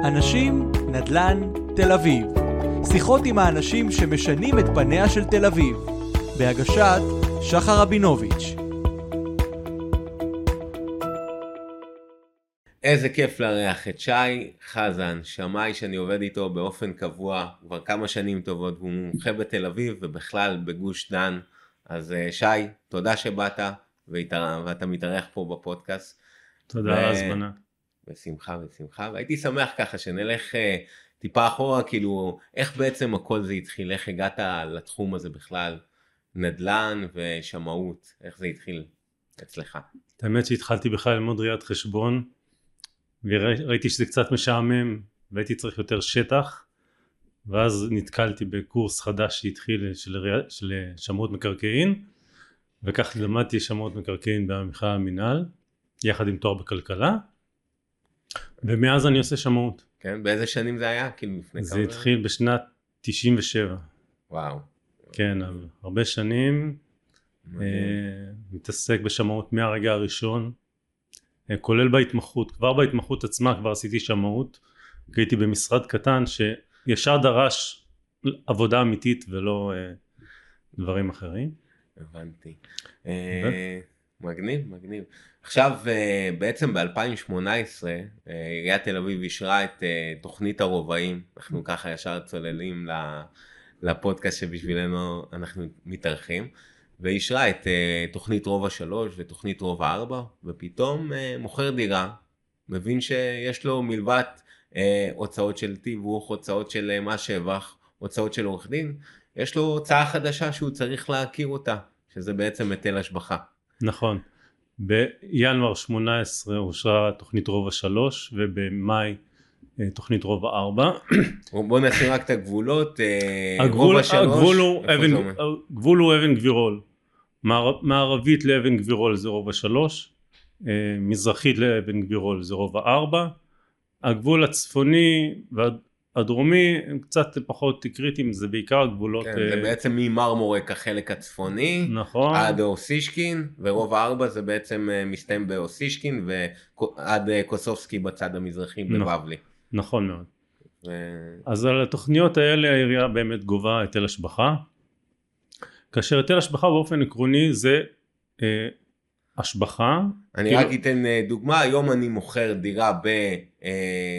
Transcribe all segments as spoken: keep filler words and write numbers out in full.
אנשים, נדל"ן, תל אביב. שיחות עם האנשים שמשנים את פניה של תל אביב. בהגשת שחר רבינוביץ'. איזה כיף לארח את שי חזן, שמאי שאני עובד איתו באופן קבוע כבר כמה שנים טובות, והוא מומחה בתל אביב ובכלל בגוש דן. אז שי, תודה שבאת ואתה מתארח פה בפודקאסט. תודה על ההזמנה. בשמחה בשמחה, והייתי שמח ככה שנלך uh, טיפה אחורה, כאילו איך בעצם הכל זה התחיל, איך הגעת לתחום הזה בכלל, נדל"ן ושמאות, איך זה התחיל אצלך? האמת שהתחלתי בכלל ללמוד ראיית חשבון, וראיתי שזה קצת משעמם, והייתי צריך יותר שטח, ואז נתקלתי בקורס חדש שהתחיל של, ראי... של שמאות מקרקעין, וכך למדתי שמאות מקרקעין במכללה המינהל, יחד עם תואר בכלכלה, ומאז אני עושה שמאות. כן, באיזה שנים זה היה? כאילו לפני זה כמה... התחיל בשנת תשעים ושבע. וואו. כן, הרבה שנים, אה, מתעסק בשמאות מהרגע הראשון, אה, כולל בהתמחות, כבר בהתמחות עצמה כבר עשיתי שמאות, הייתי במשרד קטן שישר דרש עבודה אמיתית ולא אה, דברים אחרים. הבנתי. אה, מגניב, מגניב. עכשיו בעצם ב-אלפיים שמונה עשרה עיריית תל אביב אישרה את תוכנית הרובעים, אנחנו ככה ישר צוללים לפודקאסט שבשבילנו אנחנו מתארחים, ואישרה את תוכנית רובע שלוש ותוכנית רובע ארבע, ופתאום מוכר דירה, מבין שיש לו מלבד הוצאות של תיווך, הוצאות של מס שבח, הוצאות של עורך דין, יש לו הוצאה חדשה שהוא צריך להכיר אותה, שזה בעצם היטל השבחה. נכון. בינואר שמונה עשרה אושרה תוכנית רובע שלוש, ובמאי תוכנית רובע ארבע. בוא נשים רק את הגבולות. הגבול, הגבול, הוא אבן, הגבול הוא אבן גבירול. מערבית לאבן גבירול זה רובע שלוש, מזרחית לאבן גבירול זה רובע ארבע. הגבול הצפוני והדרומי הם קצת פחות קריטיים, זה בעיקר הגבולות. כן, זה בעצם ממרמורק החלק הצפוני, נכון. עד אוסישקין, ורובע ארבע זה בעצם מסתיים באוסישקין ועד קוסובסקי בצד המזרחי בבבלי. נכון מאוד. ו... אז על התוכניות האלה העירייה באמת גובה היטל השבחה, כאשר היטל השבחה באופן עקרוני זה אה, השבחה. אני כאילו... רק אתן דוגמה, היום אני מוכר דירה ב... אה,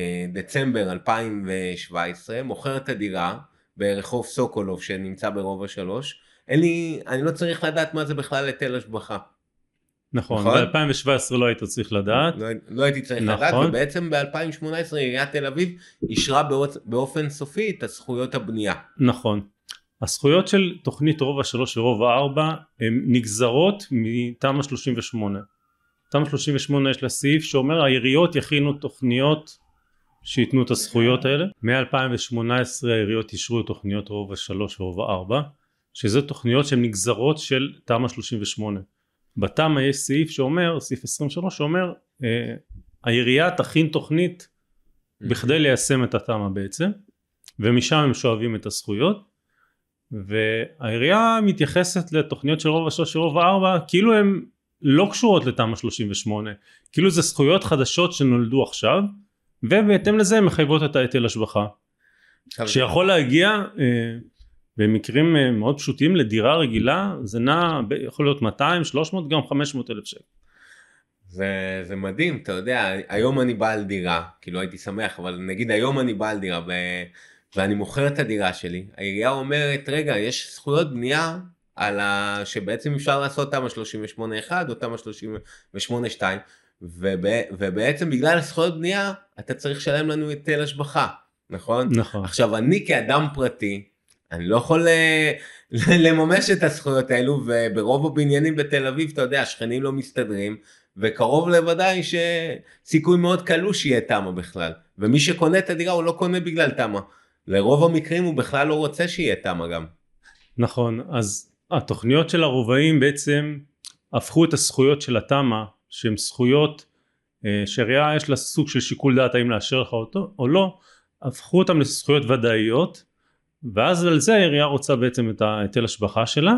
דצמבר אלפיים שבע עשרה, מוכר את הדירה ברחוב סוקולוב שנמצא ברובע שלוש, אין לי, אני לא צריך לדעת מה זה בכלל היטל השבחה. נכון, נכון? ב-אלפיים שבע עשרה לא היית צריך לדעת. לא, לא הייתי צריך נכון. לדעת, ובעצם ב-אלפיים שמונה עשרה עיריית תל אביב אישרה באופן סופי את הזכויות הבנייה. נכון. הזכויות של תוכנית רובע שלוש ורובע ארבע הן נגזרות מתמ"א שלושים ושמונה. תמ"א שלושים ושמונה יש לה סעיף שאומר העיריות יכינו תוכניות שיתנו את הזכויות האלה. מ-אלפיים שמונה עשרה העיריות אישרו תוכניות רובע שלוש ורובע ארבע, שזה תוכניות שהן נגזרות של תמ"א שלושים ושמונה. בתמ"א יש סעיף שאומר, סעיף עשרים ושלוש שאומר, אה, העירייה תכין תוכנית בכדי ליישם את התמ"א בעצם, ומשם הם שואבים את הזכויות, והעירייה מתייחסת לתוכניות של רובע שלוש ורובע ארבע, כאילו הן לא קשורות לתמ"א שלושים ושמונה, כאילו זה זכויות חדשות שנולדו עכשיו, ובהתאם לזה הם מחייבות את היטל השבחה, שיכול להגיע אה, במקרים אה, מאוד פשוטים לדירה רגילה, זה נע, יכול להיות מאתיים, שלוש מאות, גם חמש מאות אלף שקל. זה, זה מדהים, אתה יודע, היום אני בעל דירה, כאילו הייתי שמח, אבל נגיד היום אני בעל דירה, ו... ואני מוכר את הדירה שלי, העירייה אומרת, רגע, יש זכויות בנייה, על ה... שבעצם אפשר לעשות תמ"א שלושים ושמונה אחת או תמ"א שלושים ושמונה שתיים, וב... ובעצם בגלל הזכויות בנייה, אתה צריך לשלם לנו היטל השבחה, נכון? נכון. עכשיו, אני כאדם פרטי, אני לא יכול לממש את הזכויות האלו, וברוב הבניינים בתל אביב, אתה יודע, השכנים לא מסתדרים, וקרוב לוודאי שסיכוי מאוד קלוש שיהיה תמ"א בכלל, ומי שקונה את הדירה הוא לא קונה בגלל תמ"א, לרוב המקרים הוא בכלל לא רוצה שיהיה תמ"א גם. נכון, אז התוכניות של הרובעים בעצם הפכו את הזכויות של התמ"א, שהן זכויות שהעירייה יש לה סוג של שיקול דעת האם לאשר לך אותו או לא, הפכו אותם לזכויות ודאיות, ואז על זה העירייה רוצה בעצם את היטל השבחה שלה,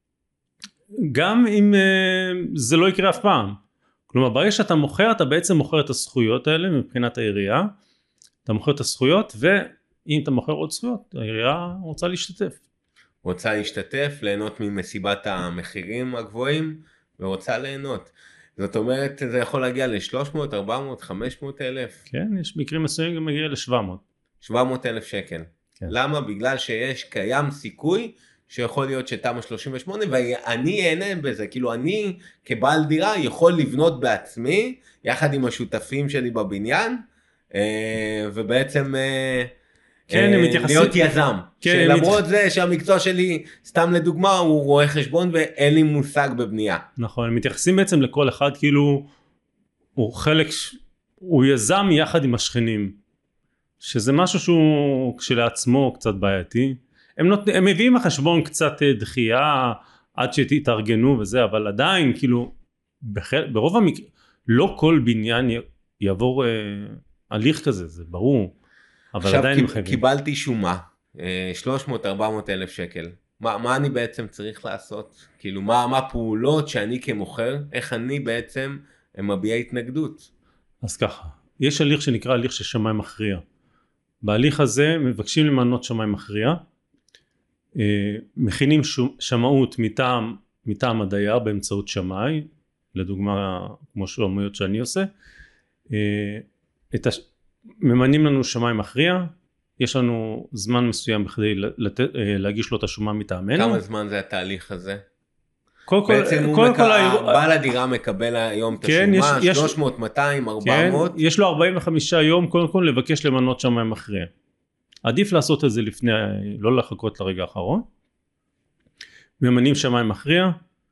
גם אם זה לא יקרה אף פעם. כלומר, ברגע שאתה מוכר, אתה בעצם מוכר את הזכויות האלה מבחינת העירייה, אתה מוכר את הזכויות, ואם אתה מוכר עוד זכויות, העירייה רוצה להשתתף. רוצה להשתתף, ליהנות ממסיבת המחירים הגבוהים, ורוצה ליהנות. זאת אומרת, זה יכול להגיע ל-שלוש מאות, ארבע מאות, חמש מאות אלף. כן, יש מקרים מסוימים גם מגיע ל-שבע מאות. שבע מאות אלף שקל. כן. למה? בגלל שיש קיים סיכוי שיכול להיות שתמ"א שלושים ושמונה, ואני אהנה בזה, כאילו אני כבעל דירה יכול לבנות בעצמי, יחד עם השותפים שלי בבניין, ובעצם כן, הם מתייחסים... להיות יזם. כן, שלמרות מת... זה שהמקצוע שלי, סתם לדוגמה, הוא רואה חשבון ואין לי מושג בבנייה. נכון, הם מתייחסים בעצם לכל אחד, כאילו הוא חלק, הוא יזם יחד עם השכנים, שזה משהו שהוא כשלעצמו קצת בעייתי. הם, נות... הם מביאים החשבון קצת דחייה עד שתתארגנו וזה, אבל עדיין כאילו בחל... ברוב המקרים לא כל בניין י... יעבור אה, הליך כזה, זה ברור, אבל עדיין הם חייבים. קיבלתי שומה, אה, שלוש מאות ארבע מאות אלף שקל, מה, מה אני בעצם צריך לעשות? כאילו מה, מה הפעולות שאני כמוכר, איך אני בעצם מביע התנגדות? אז ככה, יש הליך שנקרא הליך של שמאי מכריע. בהליך הזה מבקשים למנות שמאי מכריע, מכינים שמאות מטעם, מטעם הדייר באמצעות שמאי, לדוגמה כמו שמאויות שאני עושה, את הש... ממנים לנו שמאי מכריע, יש לנו זמן מסוים בכדי לת... להגיש לו את השומה מטעמנו. כמה זמן זה התהליך הזה? כל בעצם כל, הוא כל מק... כל בעל הדירה מקבל היום את כן, השומה, יש, שלוש מאות, מאתיים, ארבע מאות. כן, יש לו ארבעים וחמישה יום קודם כל לבקש למנות שמאי מכריע. עדיף לעשות את זה לפני, לא לחכות לרגע האחרון. ממנים שמאי מכריע,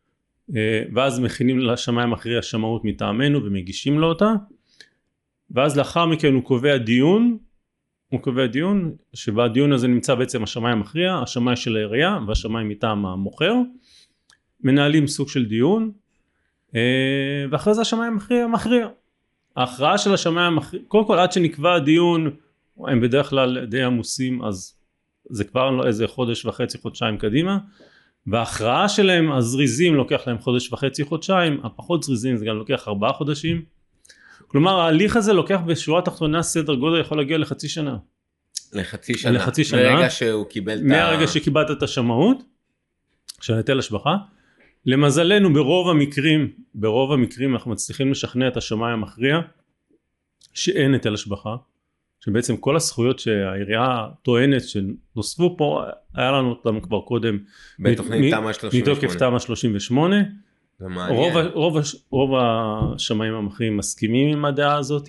ואז מכינים לשמאי מכריע שמאות מטעמנו ומגישים לו אותה, ואז לאחר מכן הוא קובע דיון, הוא קובע דיון, שבדיון הזה נמצא בעצם השמאי המכריע, השמאי של העירייה והשמאי מטעם המוכר, מנהלים סוג של דיון, ואחרי זה השמאי המכריע מכריע. ההכרעה של השמאי המכריע, קודם כל עד שנקבע הדיון, הם בדרך כלל די עמוסים, אז זה כבר איזה חודש וחצי, חודשיים קדימה, וההכרעה שלהם, הזריזים לוקח להם חודש וחצי, חודשיים, הפחות זריזים זה גם לוקח ארבעה חודשים, כלומר ההליך הזה לוקח בשורה התחתונה סדר גודל יכול להגיע לחצי שנה. לחצי שנה, לחצי שנה מהרגע שהוא קיבל את ה... מהרגע שקיבלת את השמאות, של היטל השבחה, למזלנו ברוב המקרים, ברוב המקרים אנחנו מצליחים לשכנע את השמאי המכריע, שאין היטל השבחה, שבעצם כל הזכויות שהעירייה טוענת שנוספו פה, היה לנו אותם כבר קודם, בתוכנית תמ"א שלושים ושמונה. מתוקף תמ"א שלושים ושמונה, רוב, רוב, רוב השמאים המכריעים מסכימים עם הדעה הזאת,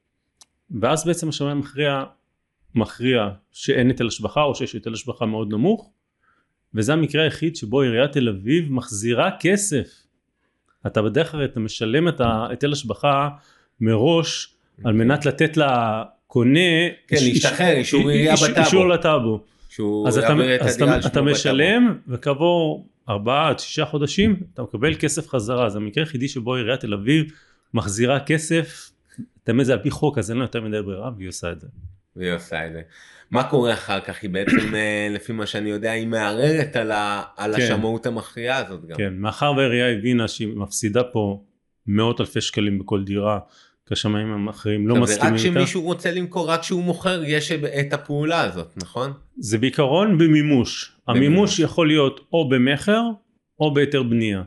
ואז בעצם השמאי המכריע מכריע שאין היטל השבחה, או שיש היטל השבחה מאוד נמוך, וזה המקרה היחיד שבו עיריית תל אביב מחזירה כסף. אתה בדרך כלל אתה משלם את היטל השבחה מראש, על מנת לתת לה קונה, כן, להשתחרר, אישור עירייה בטאבו. אישור לטאבו. אז אתה, אתה משלם, וכעבור ארבעה עד שישה חודשים, אתה מקבל כסף חזרה. זה המקרה היחידי שבו עיריית תל אביב מחזירה כסף, תמיד זה על פי חוק, אז אין לה יותר מדי ברירה, והיא עושה את זה. והיא עושה את זה. מה קורה אחר כך? היא בעצם, לפי מה שאני יודע, היא מערערת על, ה, על כן. השמאות המכריעה הזאת גם. כן, מאחר והעירייה הבינה שהיא מפסידה פה מאות אלפי שקלים בכל דירה, כשהשמאים המכריעים לא מסכימים איתה. זה רק שמישהו רוצה למכור, רק שהוא מוכר, יש את הפעולה הזאת, נכון? זה בעיקרון במימוש. המימוש יכול להיות או במחר, או בהיתר בנייה.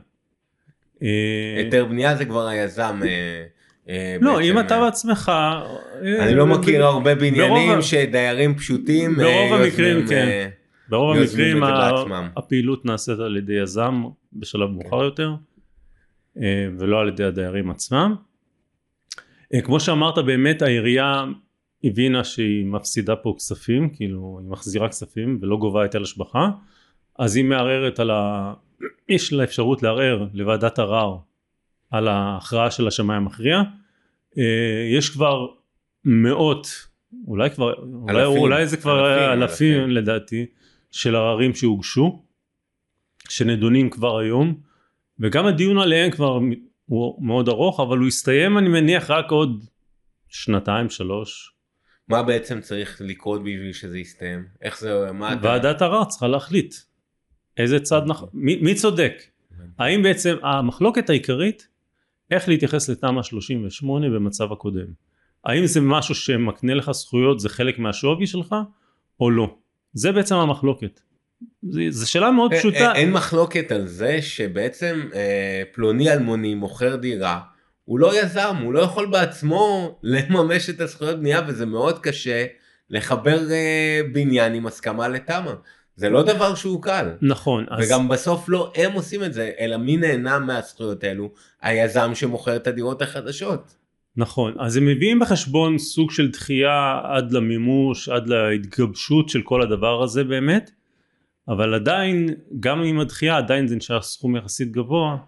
היתר בנייה זה כבר היזם... לא, אם אתה בעצמך... אני לא מכיר הרבה בניינים שדיירים פשוטים... ברוב המקרים, כן. ברוב המקרים הפעילות נעשית על ידי יזם בשלב מאוחר יותר, ולא על ידי הדיירים עצמם. כמו שאמרת, באמת העירייה הבינה שהיא מפסידה פה כספים, כאילו היא מחזירה כספים ולא גובה היטל השבחה, אז היא מערערת על ה... יש לה אפשרות לערער לוועדת ערר על ההכרעה של השמאי המכריע. יש כבר מאות, אולי כבר, אולי, אולי זה כבר אלפים, אלפים לדעתי, של עררים שהוגשו, שנדונים כבר היום, וגם הדיון עליהם כבר הוא מאוד ארוך, אבל הוא יסתיים אני מניח רק עוד שנתיים, שלוש. מה בעצם צריך לקרות בשביל שזה יסתיים? איך זה, מה אתה... ועדת ערר צריכה להחליט. איזה צד נכון, מי, מי צודק? האם בעצם המחלוקת העיקרית, איך להתייחס לתמ"א שלושים ושמונה במצב הקודם? האם זה משהו שמקנה לך זכויות, זה חלק מהשווי שלך, או לא? זה בעצם המחלוקת. זו שאלה מאוד פשוטה. אין מחלוקת על זה שבעצם אה, פלוני אלמוני מוכר דירה, הוא לא יזם, הוא לא יכול בעצמו לממש את הזכויות בנייה, וזה מאוד קשה לחבר אה, בניין עם הסכמה לתמה. זה לא דבר שהוא קל. נכון. וגם אז... בסוף לא הם עושים את זה, אלא מי נהנה מהזכויות האלו? היזם שמוכר את הדירות החדשות. נכון, אז הם מביאים בחשבון סוג של דחייה עד למימוש, עד להתגבשות של כל הדבר הזה באמת, אבל עדיין, גם עם הדחייה, עדיין זה נשאר סכום יחסית גבוה,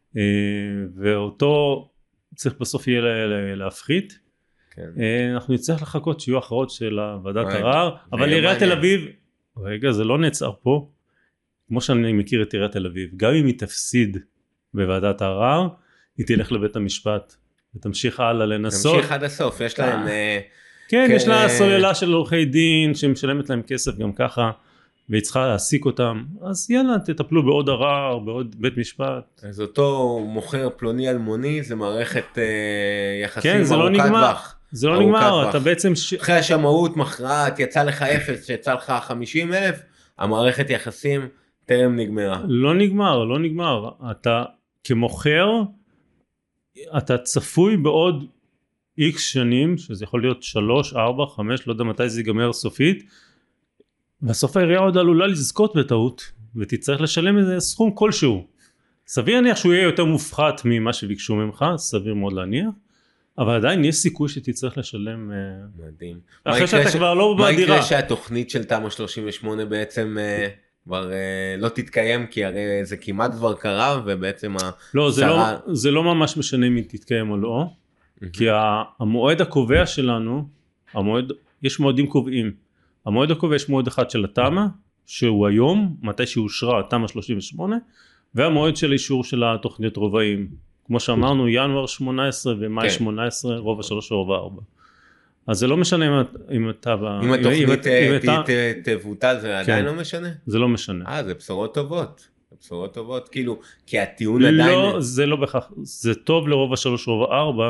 ואותו צריך בסוף יהיה להפחית. כן. אנחנו נצטרך לחכות שיהיו אחרות של ועדת ערר, אבל עיריית תל אביב, רגע, זה לא נעצר פה, כמו שאני מכיר את עיריית תל אביב, גם אם היא תפסיד בוועדת הערר, היא תלך לבית המשפט. ותמשיך הלאה לנסות. תמשיך עד הסוף, יש להם... כן, יש לה סוללה של עורכי דין שמשלמת להם כסף גם ככה, והיא צריכה להעסיק אותם, אז יאללה, תטפלו בעוד ערר, בעוד בית משפט. אז אותו מוכר פלוני אלמוני, זה מערכת יחסים כן, זה לא נגמר, זה לא נגמר, אתה בעצם... אחרי השמאות מכרעת, יצא לך אפס, שיצא לך חמישים אלף, המערכת יחסים טרם נגמרה. לא נגמר, לא נגמר, אתה כמוכר, אתה צפוי בעוד איקס שנים, שזה יכול להיות שלוש, ארבע, חמש, לא יודע מתי זה ייגמר סופית, בסוף העירייה עוד עלולה לזכות בטעות, ותצטרך לשלם איזה סכום כלשהו. סביר להניח שהוא יהיה יותר מופחת ממה שביקשו ממך, סביר מאוד להניח, אבל עדיין יש סיכוי שתצטרך לשלם... מדהים. אחרי שאתה כבר לא בדירה. מה יקרה שהתוכנית של תמ"א שלושים ושמונה בעצם... כבר לא תתקיים, כי הרי זה כמעט כבר קרה, ובעצם לא, זה לא, זה לא ממש משנה אם היא תתקיים או לא, כי המועד הקובע שלנו, המועד, יש מועדים קובעים, המועד הקובע יש מועד אחד של התמ"א, שהוא היום, מתי שאושרה תמ"א שלושים ושמונה, והמועד של אישור של התוכניות רובעים, כמו שאמרנו, ינואר שמונה עשרה ומאי שמונה עשרה, רובע שלוש ורובע ארבע. אז זה לא משנה אם אתה... אם התוכנית תבוטל זה עדיין לא משנה? זה לא משנה. אה, זה בשורות טובות. בשורות טובות, כאילו, כי הטיעון עדיין... לא, זה לא בכך, זה טוב לרובע שלוש ורובע ארבע,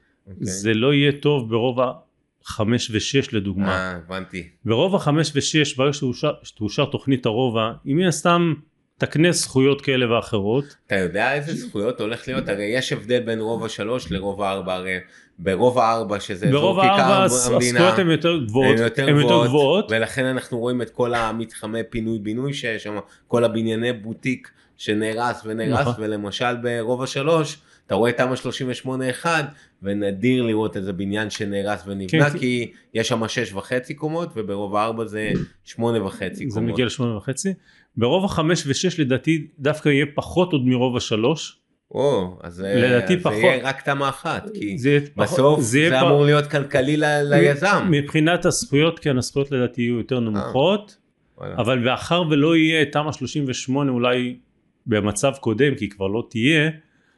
זה לא יהיה טוב ברובע חמש ושש לדוגמה. אה, הבנתי. ברובע חמש ושש, ברגע שתאושר תוכנית הרובע, אם מן הסתם תקנה זכויות כאלה ואחרות. אתה יודע איזה זכויות הולך להיות? הרי יש הבדל בין רובע שלוש לרובע ארבע, הרי ברובע ארבע שזה ברובע ארבע הזכויות הן יותר גבוהות, הן יותר גבוהות, ולכן אנחנו רואים את כל המתחמי פינוי בינוי שיש שם, כל הבנייני בוטיק שנהרס ונהרס, ולמשל ברובע שלוש אתה רואה תמ"א שלושים ושמונה אחד, ונדיר לראות איזה בניין שנהרס ונבנה, כי יש שם שש וחצי קומות, וברובע ארבע זה שמונה וחצי קומות. זה מגיע לשמונה וחצי. ברובע חמש ושש לדעתי דווקא יהיה פחות עוד מרובע שלוש. או, אז זה יהיה רק תמה אחת, כי בסוף זה אמור להיות כלכלי ליזם. מבחינת הזכויות, כן, הזכויות לדעתי יהיו יותר נמוכות, אבל מאחר ולא יהיה תמ"א שלושים ושמונה אולי במצב קודם, כי כבר לא תהיה,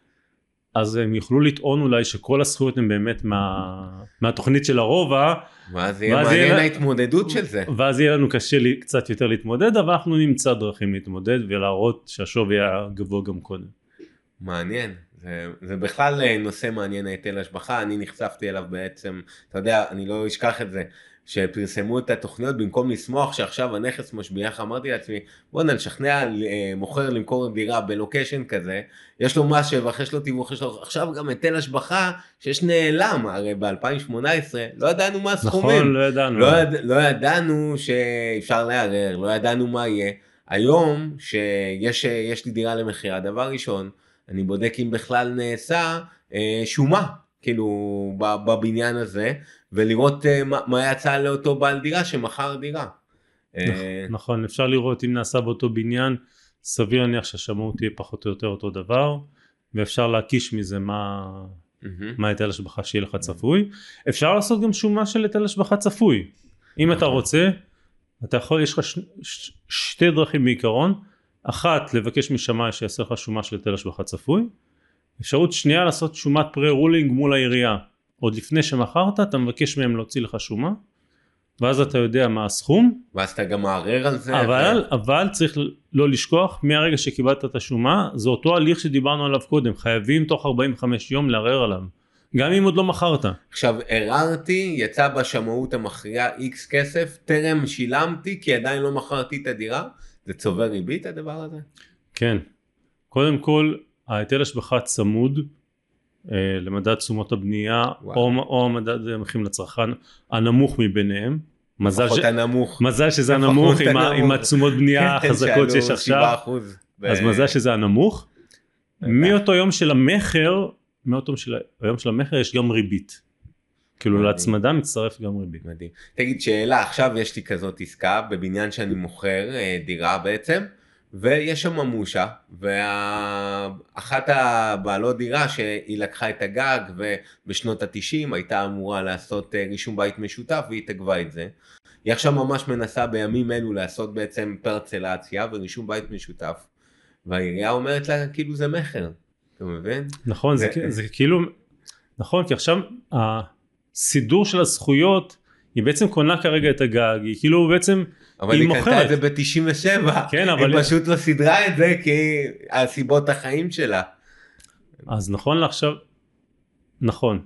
אז הם יוכלו לטעון אולי שכל הזכויות הן באמת מהתוכנית של הרובע. ואז יהיה מעניין ההתמודדות של זה. ואז יהיה לנו קשה קצת יותר להתמודד, אבל אנחנו נמצא דרכים להתמודד ולהראות שהשווי היה גבוה גם קודם. מעניין, זה, זה בכלל נושא מעניין היטל השבחה, אני נחשפתי אליו בעצם, אתה יודע, אני לא אשכח את זה, שפרסמו את התוכניות במקום לשמוח שעכשיו הנכס משביח, אמרתי לעצמי, בוא נשכנע מוכר למכור דירה בלוקיישן כזה, יש לו מס שבח, יש לו תיווך, יש לו עכשיו גם היטל השבחה שיש נעלם, הרי ב-אלפיים שמונה עשרה לא ידענו מה הסכומים, נכון, לא ידענו, לא, יד, לא ידענו שאפשר לערער, לא ידענו מה יהיה, היום שיש יש לי דירה למחירה, דבר ראשון, אני בודק אם בכלל נעשה אה, שומה, כאילו בבניין הזה, ולראות אה, מה, מה יצא לאותו בעל דירה שמכר דירה. אה... נכון, אפשר לראות אם נעשה באותו בניין, סביר להניח שהשמאות תהיה פחות או יותר אותו דבר, ואפשר להקיש מזה מה, mm-hmm. מה היטל השבחה שיהיה לך צפוי. אפשר לעשות גם שומה של היטל השבחה צפוי. אם אתה רוצה, אתה יכול, יש לך ש, ש, שתי דרכים בעיקרון, אחת, לבקש משמאי שיעשה לך שומה של היטל השבחה צפוי. אפשרות שנייה, לעשות שומת פרה-רולינג מול העירייה. עוד לפני שמכרת, אתה מבקש מהם להוציא לך שומה, ואז אתה יודע מה הסכום. ואז אתה גם מערער על זה. אבל, ו... אבל צריך לא לשכוח, מהרגע שקיבלת את השומה, זה אותו הליך שדיברנו עליו קודם. חייבים תוך ארבעים וחמישה יום לערער עליו. גם אם עוד לא מכרת. עכשיו, עררתי, יצא בשמאות המכריעה X כסף, טרם שילמתי, כי עדיין לא מכרתי את הדירה, זה צובר ריבית הדבר הזה? כן. קודם כל, ההיטל השבחה צמוד, למדד תשומות הבנייה, או, או המדד המחירים לצרכן, הנמוך מביניהם. מזל, ש... הנמוך. מזל שזה הנמוך עם, ה... עם התשומות בנייה החזקות שיש עכשיו. ב... אז מזל שזה הנמוך. מאותו יום של המחר, מאותו של... היום של המחר יש גם ריבית. כאילו להצמדה מצטרף גם ריבית. מדהים. תגיד שאלה, עכשיו יש לי כזאת עסקה, בבניין שאני מוכר דירה בעצם, ויש שם ממושה, ואחת הבעלות דירה שהיא לקחה את הגג, ובשנות ה-תשעים הייתה אמורה לעשות רישום בית משותף, והיא תגבה את זה. היא עכשיו ממש מנסה בימים אלו לעשות בעצם פרצלציה ורישום בית משותף, והעירייה אומרת לה כאילו זה מחר, אתה מבין? נכון, זה, זה, זה כאילו, נכון, כי עכשיו הסידור של הזכויות, היא בעצם קונה כרגע את הגג, היא כאילו בעצם, אבל היא קנתה את זה ב-תשעים ושבע, כן, אבל היא פשוט לא סדרה את זה כי הסיבות החיים שלה. אז נכון לעכשיו, נכון,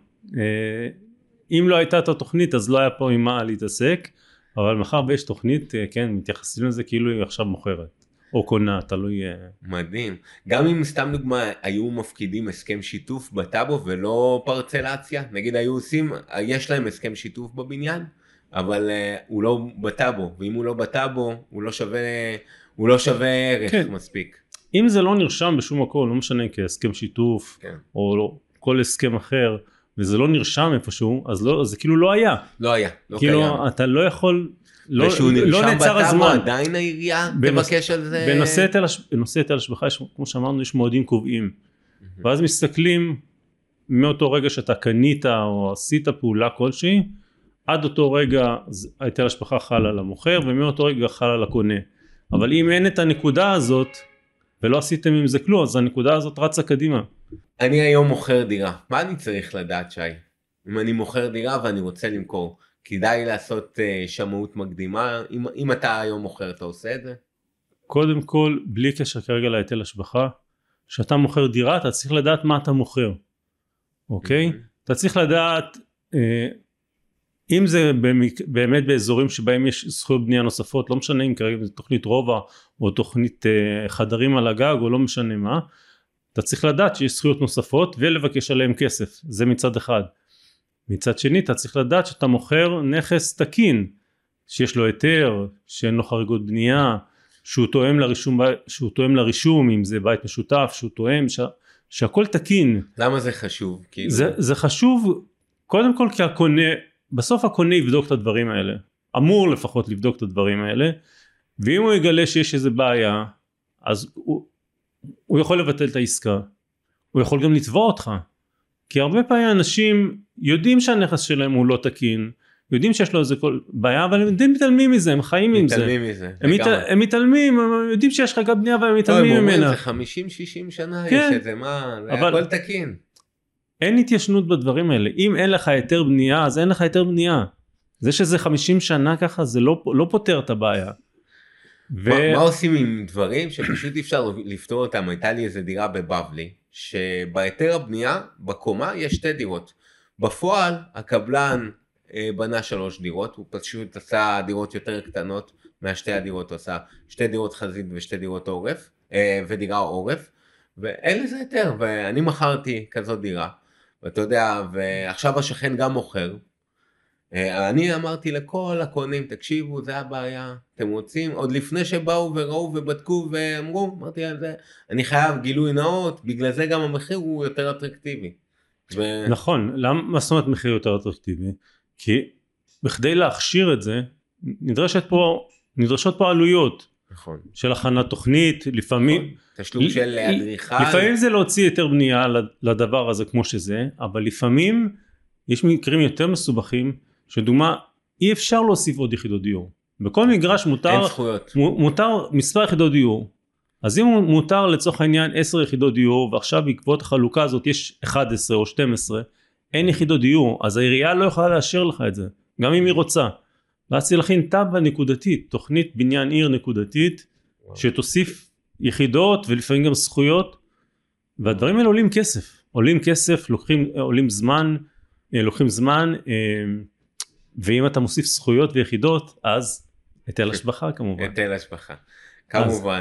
אם לא הייתה את התוכנית אז לא היה פה עם מה להתעסק, אבל מחר ויש תוכנית, כן, מתייחסים לזה כאילו היא עכשיו מוכרת, או קונה, תלוי. מדהים, גם אם סתם דוגמה היו מפקידים הסכם שיתוף בטאבו ולא פרצלציה, נגיד היו עושים, יש להם הסכם שיתוף בבניין, אבל uh, הוא לא בטאבו, ואם הוא לא בטאבו, הוא לא שווה, הוא לא שווה ערך כן. מספיק. אם זה לא נרשם בשום מקום, לא משנה כהסכם שיתוף, כן. או לא, כל הסכם אחר, וזה לא נרשם איפשהו, אז לא, זה כאילו לא היה. לא היה, לא כאילו, קיים. כאילו אתה לא יכול, לא, ושהוא נרשם לא נעצר בטאבו, הזמן. עדיין העירייה בנוס, תבקש על זה. בנושא היטל השבחה, כמו שאמרנו, יש מועדים קובעים. Mm-hmm. ואז מסתכלים, מאותו רגע שאתה קנית, או עשית פעולה כלשהי, עד אותו רגע היטל השבחה חל על המוכר, ומאותו רגע חל על הקונה. אבל אם אין את הנקודה הזאת, ולא עשיתם עם זה כלום, אז הנקודה הזאת רצה קדימה. אני היום מוכר דירה. מה אני צריך לדעת, שי? אם אני מוכר דירה ואני רוצה למכור, כדאי לעשות uh, שמאות מקדימה? אם, אם אתה היום מוכר, אתה עושה את זה? קודם כל, בלי קשר כרגע להיטל השבחה, שאתה מוכר דירה, אתה צריך לדעת מה אתה מוכר. אוקיי? Mm-hmm. אתה צריך לדעת... Uh, אם זה באמת באזורים שבהם יש זכויות בנייה נוספות, לא משנה אם כרגע זה תוכנית רובע או תוכנית חדרים על הגג או לא משנה מה, אתה צריך לדעת שיש זכויות נוספות ולבקש עליהם כסף, זה מצד אחד. מצד שני אתה צריך לדעת שאתה מוכר נכס תקין, שיש לו היתר, שאין לו חריגות בנייה, שהוא תואם לרישום, שהוא תואם לרישום, אם זה בית משותף, שהוא תואם, שה, שהכל תקין. למה זה חשוב? כאילו... זה, זה חשוב קודם כל כי הקונה, בסוף הקונה יבדוק את הדברים האלה, אמור לפחות לבדוק את הדברים האלה, ואם הוא יגלה שיש איזה בעיה, אז הוא, הוא יכול לבטל את העסקה, הוא יכול גם לתבוע אותך, כי הרבה פעמים אנשים יודעים שהנכס שלהם הוא לא תקין, יודעים שיש לו איזה כל בעיה, אבל הם די מתעלמים מזה, הם חיים עם זה. מתעלמים מזה. הם, מת, הם מתעלמים, הם יודעים שיש חגת בנייה, אבל הם מתעלמים ממנה. אומרים, זה חמישים שישים שנה, כן, יש את זה, מה, זה אבל... הכל תקין. אין התיישנות בדברים האלה, אם אין לך היתר בנייה, אז אין לך היתר בנייה. זה שזה חמישים שנה ככה, זה לא, לא פותר את הבעיה. ו... מה, מה עושים עם דברים שפשוט אפשר לפתור אותם? הייתה לי איזה דירה בבבלי, שבהיתר הבנייה, בקומה יש שתי דירות. בפועל, הקבלן אה, בנה שלוש דירות, הוא פשוט עשה דירות יותר קטנות, מהשתי הדירות הוא עשה שתי דירות חזית ושתי דירות עורף, אה, ודירה עורף, ואין לזה היתר, ואני מכרתי כזאת דירה. ואתה יודע, ועכשיו השכן גם מוכר, אני אמרתי לכל הקונים, תקשיבו, זה הבעיה, אתם רוצים, עוד לפני שבאו וראו ובדקו ואמרו, אמרתי על זה, אני חייב גילוי נאות, בגלל זה גם המחיר הוא יותר אטרקטיבי. ו... נכון, למה זאת אומרת מחיר יותר אטרקטיבי? כי בכדי להכשיר את זה, נדרשת פה, נדרשות פה עלויות, נכון. של הכנת תוכנית, לפעמים, נכון. תשלום של אדריכל. לפעמים זה להוציא יותר בנייה לדבר הזה כמו שזה, אבל לפעמים יש מקרים יותר מסובכים, שדוגמה, אי אפשר להוסיף עוד יחידות דיור. בכל מגרש מותר, מותר מספר יחידות דיור. אז אם מותר לצורך העניין עשר יחידות דיור, ועכשיו בעקבות החלוקה הזאת יש אחת עשרה או שתים עשרה, אין יחידות דיור, אז העירייה לא יכולה לאשר לך את זה, גם אם היא רוצה. ואז צריך להכין טאבה נקודתית, תוכנית בניין עיר נקודתית, שתוסיף יחידות ולפעמים גם זכויות, והדברים האלה עולים כסף. עולים כסף, לוקחים, עולים זמן, לוקחים זמן, ואם אתה מוסיף זכויות ויחידות, אז היטל השבחה כמובן. היטל השבחה, כמובן.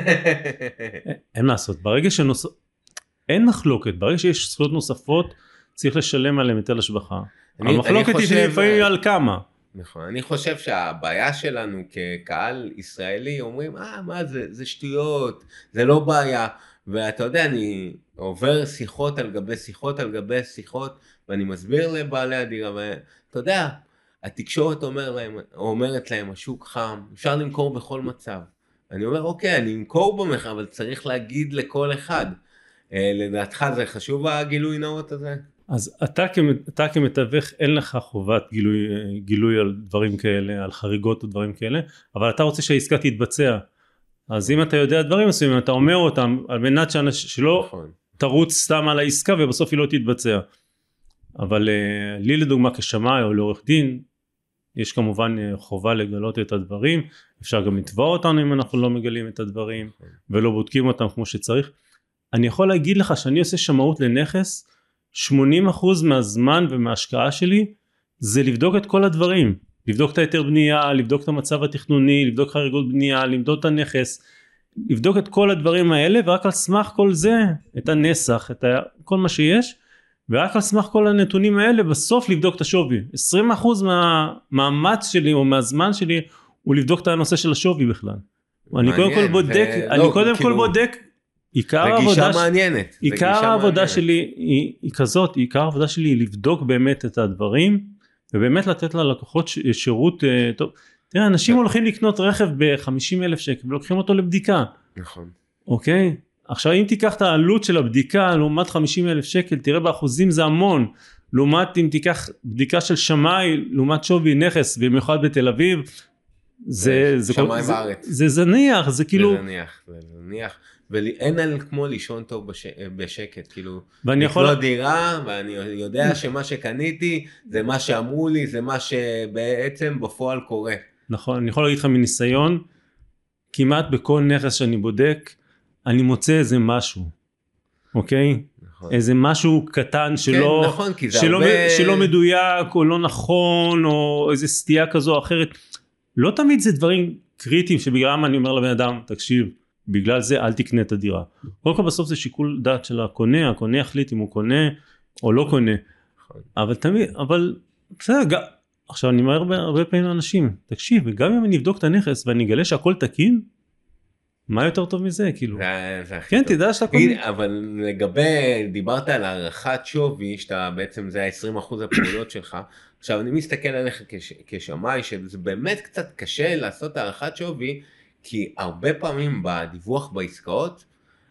אין לעשות, ברגע שנוס... אין מחלוקת, ברגע שיש זכויות נוספות, צריך לשלם עליהם היטל השבחה. המחלוקת היא לפעמים על כמה. נכון, אני חושב שהבעיה שלנו כקהל ישראלי, אומרים, אה, מה זה, זה שטויות, זה לא בעיה. ואתה יודע, אני עובר שיחות על גבי שיחות על גבי שיחות, ואני מסביר לבעלי הדירה, ואתה יודע, התקשורת אומר להם, אומרת להם, השוק חם, אפשר למכור בכל מצב. אני אומר, אוקיי, אני אמכור במחיר, אבל צריך להגיד לכל אחד. לדעתך זה חשוב הגילוי נאות הזה? אז אתה, אתה כמתווך אין לך חובת גילוי, גילוי על דברים כאלה, על חריגות ודברים כאלה, אבל אתה רוצה שהעסקה תתבצע. אז אם אתה יודע דברים מסוימים, אתה אומר אותם על מנת שאנש, שלא נכון. תרוץ סתם על העסקה ובסוף היא לא תתבצע. אבל לי לדוגמה כשמאי או לעורך דין, יש כמובן חובה לגלות את הדברים, אפשר גם לתבוע אותנו אם אנחנו לא מגלים את הדברים, ולא בודקים אותם כמו שצריך. אני יכול להגיד לך שאני עושה שמאות לנכס, שמונים אחוז מהזמן ומההשקעה שלי, זה לבדוק את כל הדברים, לבדוק את היתר בנייה, לבדוק את המצב התכנוני, לבדוק חריגות בנייה, לבדוק את הנכס, לבדוק את כל הדברים האלה, ורק על סמך כל זה, את הנסח, את ה... כל מה שיש, ורק על סמך כל הנתונים האלה, בסוף לבדוק את השווי. עשרים אחוז מהמאמץ שלי או מהזמן שלי, הוא לבדוק את הנושא של השווי בכלל. אני קודם כל בודק, אני קודם כל בודק, עיקר העבודה, מעניינת. עיקר העבודה שלי היא, היא כזאת, עיקר העבודה שלי היא לבדוק באמת את הדברים, ובאמת לתת ללקוחות שירות טוב. תראה, אנשים הולכים לקנות רכב ב-חמישים אלף שקל, ולוקחים אותו לבדיקה. נכון. אוקיי? עכשיו אם תיקח את העלות של הבדיקה, לעומת חמישים אלף שקל, תראה באחוזים זה המון, לעומת אם תיקח בדיקה של שמאי, לעומת שווי נכס, במיוחד בתל אביב, זה, זה, שמאי זה, בארץ. זה זניח, זה כאילו... זה זניח, זה זניח. ואין על כמו לישון טוב בש... בשקט, כאילו, ואני יכול... לקנות דירה, ואני יודע שמה שקניתי, זה מה שאמרו לי, זה מה שבעצם בפועל קורה. נכון, אני יכול להגיד לך מניסיון, כמעט בכל נכס שאני בודק, אני מוצא איזה משהו, אוקיי? נכון. איזה משהו קטן שלא, כן, נכון, כי זה שלא, הרבה... שלא מדויק, או לא נכון, או איזה סטייה כזו או אחרת. לא תמיד זה דברים קריטיים, שבגללם אני אומר לבן אדם, תקשיב, בגלל זה אל תקנה את הדירה. קודם כל בסוף זה שיקול דעת של הקונה, הקונה יחליט אם הוא קונה או לא קונה. אבל תמיד, אבל בסדר, עכשיו אני אומר הרבה, הרבה פעמים לאנשים, תקשיב, גם אם אני אבדוק את הנכס ואני אגלה שהכל תקין, מה יותר טוב מזה, כאילו? זה, זה כן, תדע שאתה קונה. אבל לגבי, דיברת על הערכת שווי, שאתה בעצם זה ה-עשרים אחוז הפעולות שלך, עכשיו אני מסתכל עליך כש, כשמאי, שזה באמת קצת קשה לעשות הערכת שווי, כי הרבה פעמים בדיווח בעסקאות,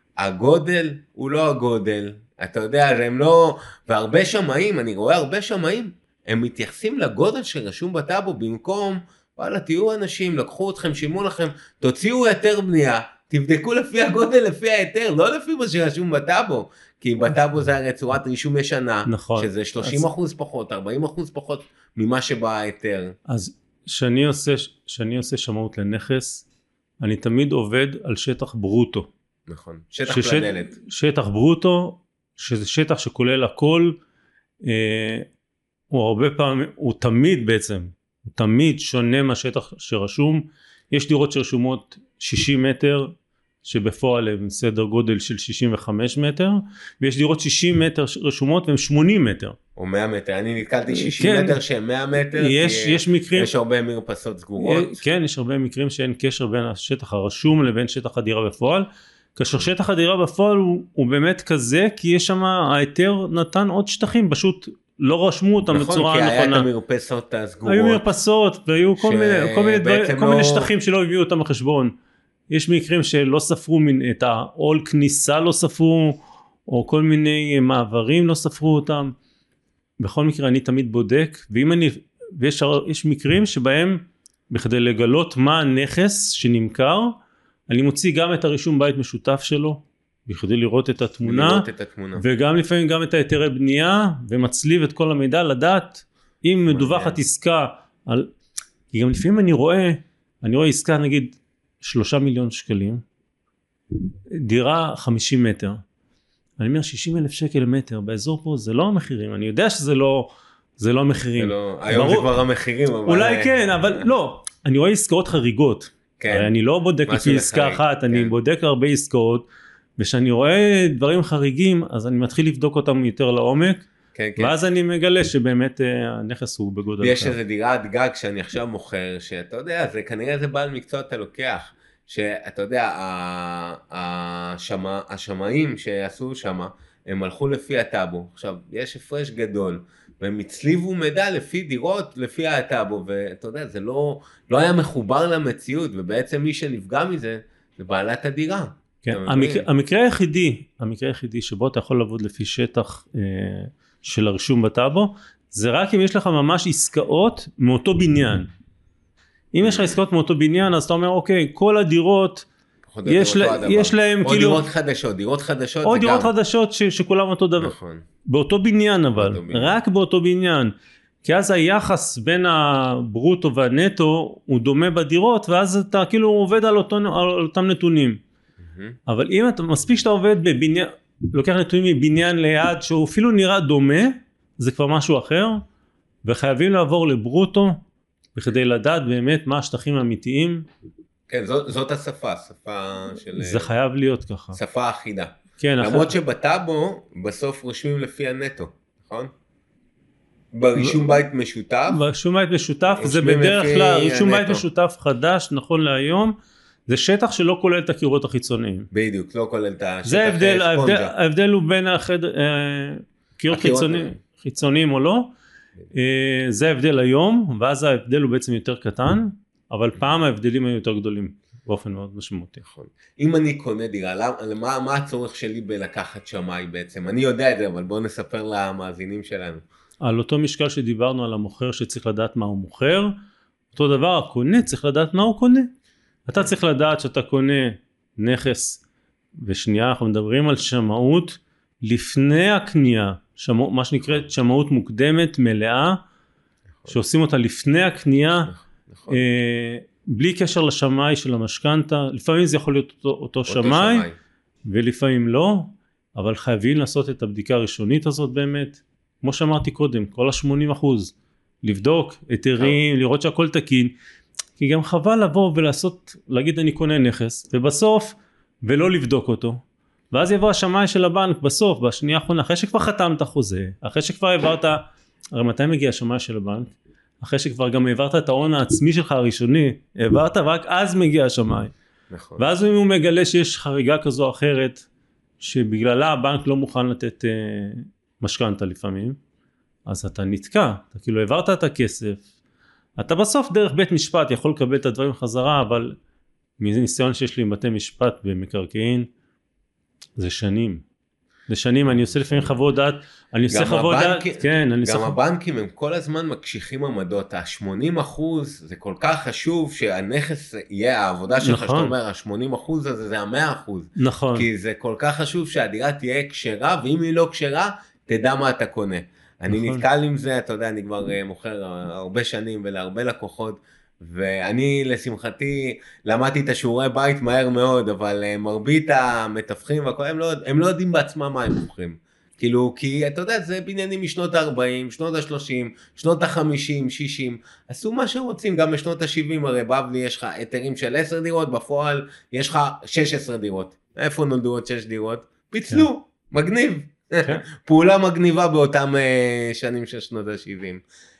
הגודל הוא לא הגודל, אתה יודע, הם לא, והרבה שמאים, אני רואה הרבה שמאים, הם מתייחסים לגודל שרשום בטאבו, במקום, וואלה, תהיו אנשים, לקחו אתכם, שימו לכם, תוציאו היתר בנייה, תבדקו לפי הגודל, לפי היתר, לא לפי מה שרשום בטאבו, כי בטאבו זה הרי צורת רישום ישנה, נכון. שזה שלושים אחוז פחות, ארבעים אחוז פחות, ממה שבא היתר. אז שאני עושה, שאני עושה שמאות לנכס, אני תמיד עובד על שטח ברוטו. נכון, שטח ששט, פלנלת. שטח ברוטו, שזה שטח שכולל הכל, אה, הוא הרבה פעמים, הוא תמיד בעצם, הוא תמיד שונה מהשטח שרשום. יש דירות שרשומות שישים מטר, שבפועל הם סדר גודל של שישים וחמישה מטר, ויש דירות שישים מטר רשומות והם שמונים מטר. או מאה מטר, אני נתקלתי שישים כן, מטר שהם מאה מטר, יש, יש מקרים, יש הרבה מרפסות סגורות. כן, יש הרבה מקרים שאין קשר בין השטח הרשום לבין שטח הדירה בפועל, כאשר שטח הדירה בפועל הוא, הוא באמת כזה, כי יש שם, ההיתר נתן עוד שטחים, פשוט לא רשמו אותם נכון, בצורה נכונה. נכון, כי היה את המרפסות הסגורות. היו מרפסות, והיו כל מיני, כל מיני, דבר, כל לא... מיני שטחים שלא הביאו אותם לחשבון. יש מקרים שלא ספרו, את העול כניסה לא ספרו, או כל מיני מעברים לא ספרו אותם. בכל מקרה אני תמיד בודק, ואם אני, ויש יש מקרים שבהם, בכדי לגלות מה הנכס שנמכר, אני מוציא גם את הרישום בית משותף שלו, בכדי לראות את התמונה, לראות את התמונה. וגם לפעמים גם את היתרי בנייה, ומצליב את כל המידע לדעת, אם מדווחת עסקה, על, כי גם לפעמים אני רואה, אני רואה עסקה נגיד, שלושה מיליון שקלים, דירה חמישים מטר, אני אומר שישים אלף שקל למטר באזור פה, זה לא המחירים, אני יודע שזה לא, זה לא המחירים. לא, היום זה כבר המחירים. אבל... אולי כן, אבל לא, אני רואה עסקאות חריגות. כן. אני לא בודק לפי עסקה אחת, כן. אני בודק הרבה עסקאות, ושאני רואה דברים חריגים, אז אני מתחיל לבדוק אותם יותר לעומק, כן, כן. ואז אני מגלה שבאמת הנכס הוא בגודל. יש איזה דירת גג שאני עכשיו מוכר, שאתה יודע, זה כנראה זה בעל מקצוע אתה לוקח, שאתה יודע, השמה, השמאים שעשו שמה, הם הלכו לפי הטאבו, עכשיו יש הפרש גדול, והם הצליבו מידע לפי דירות, לפי הטאבו, ואתה יודע, זה לא, לא היה מחובר למציאות, ובעצם מי שנפגע מזה, זה בעלת הדירה. כן, המקרה, המקרה היחידי, המקרה היחידי שבו אתה יכול לעבוד לפי שטח אה, של הרשום בטאבו, זה רק אם יש לך ממש עסקאות מאותו בניין. אם יש לך עסקאות מאותו בניין, אז אתה אומר, אוקיי, כל הדירות, יש, לה, יש להם או כאילו... או דירות חדשות, דירות חדשות או דירות גם... חדשות ש, שכולם אותו דבר. נכון. באותו בניין אבל, באותו בניין. רק באותו בניין. כי אז היחס בין הברוטו והנטו הוא דומה בדירות, ואז אתה כאילו עובד על, אותו, על אותם נתונים. Mm-hmm. אבל אם אתה מספיק שאתה עובד בבניין, לוקח נתונים מבניין ליד, שהוא אפילו נראה דומה, זה כבר משהו אחר, וחייבים לעבור לברוטו, בכדי לדעת באמת מה השטחים האמיתיים. כן, זאת, זאת השפה, שפה של... זה חייב להיות ככה. שפה אחידה. כן, למרות אחרי... שבטאבו, בסוף רושמים לפי הנטו, נכון? ברישום בית משותף. ברישום בית משותף, זה בדרך כלל, רישום בית משותף חדש, נכון להיום, זה שטח שלא כולל את הקירות החיצוניים. בדיוק, לא כולל את השטח זה ההבדל, ההבדל, ההבדל הוא בין החדר, קירות חיצוניים, חיצוניים או לא, זה ההבדל היום, ואז ההבדל הוא בעצם יותר קטן, אבל פעם ההבדלים היו יותר גדולים, באופן מאוד משמעותי. נכון. אם אני קונה דירה, מה, מה הצורך שלי בלקחת שמאי בעצם? אני יודע את זה, אבל בואו נספר למאזינים שלנו. על אותו משקל שדיברנו על המוכר שצריך לדעת מה הוא מוכר, אותו דבר הקונה צריך לדעת מה הוא קונה. אתה צריך לדעת שאתה קונה נכס, ושנייה אנחנו מדברים על שמאות לפני הקנייה, שמא, מה שנקראת שמאות מוקדמת מלאה, שעושים אותה לפני הקנייה, נכון. אה, בלי קשר לשמאי של המשכנתה, לפעמים זה יכול להיות אותו, אותו, אותו שמאי, שמאי, ולפעמים לא, אבל חייבים לעשות את הבדיקה הראשונית הזאת באמת, כמו שאמרתי קודם, כל ה-שמונים אחוז, לבדוק, היתרים, לראות שהכל תקין, כי גם חבל לבוא ולעשות, להגיד אני קונה נכס, ובסוף, ולא לבדוק אותו, ואז יבוא השמאי של הבנק בסוף, בשנייה האחרונה, אחרי שכבר חתמת חוזה, אחרי שכבר העברת, הרי מתי מגיע השמאי של הבנק? אחרי שכבר גם העברת את ההון העצמי שלך הראשוני, העברת רק אז מגיע השמאי. נכון. ואז אם הוא מגלה שיש חריגה כזו או אחרת, שבגללה הבנק לא מוכן לתת אה, משכנתה לפעמים, אז אתה נתקע, אתה כאילו העברת את הכסף, אתה בסוף דרך בית משפט יכול לקבל את הדברים חזרה, אבל מניסיון שיש לי עם בתי משפט במקרקעין, זה שנים. זה שנים, אני עושה לפעמים חוות דעת, אני עושה חוות דעת, כן, אני עושה... גם הבנקים הם כל הזמן מקשיחים עמדות, ה-שמונים אחוז זה כל כך חשוב שהנכס יהיה העבודה שלך, שאתה אומר, ה-שמונים אחוז הזה זה ה-מאה אחוז. נכון. כי זה כל כך חשוב שהדירה תהיה כשרה, ואם היא לא כשרה, תדע מה אתה קונה. אני נתקל עם זה, אתה יודע, אני כבר מוכר הרבה שנים ולהרבה לקוחות, ואני לשמחתי למדתי את השיעורי בית מהר מאוד, אבל מרבית המתווכים והכל, הם לא, הם לא יודעים בעצמם מה הם מוכרים. כאילו, כי אתה יודע, זה בניינים משנות ה-ארבעים, שנות ה-שלושים, שנות ה-חמישים, שישים, עשו מה שרוצים, גם בשנות ה-שבעים, הרי בבלי יש לך היתרים של עשר דירות, בפועל יש לך שש עשרה דירות. איפה נולדו עוד שש דירות? פיצלו, מגניב. פעולה מגניבה באותם שנים של שנות ה-שבעים.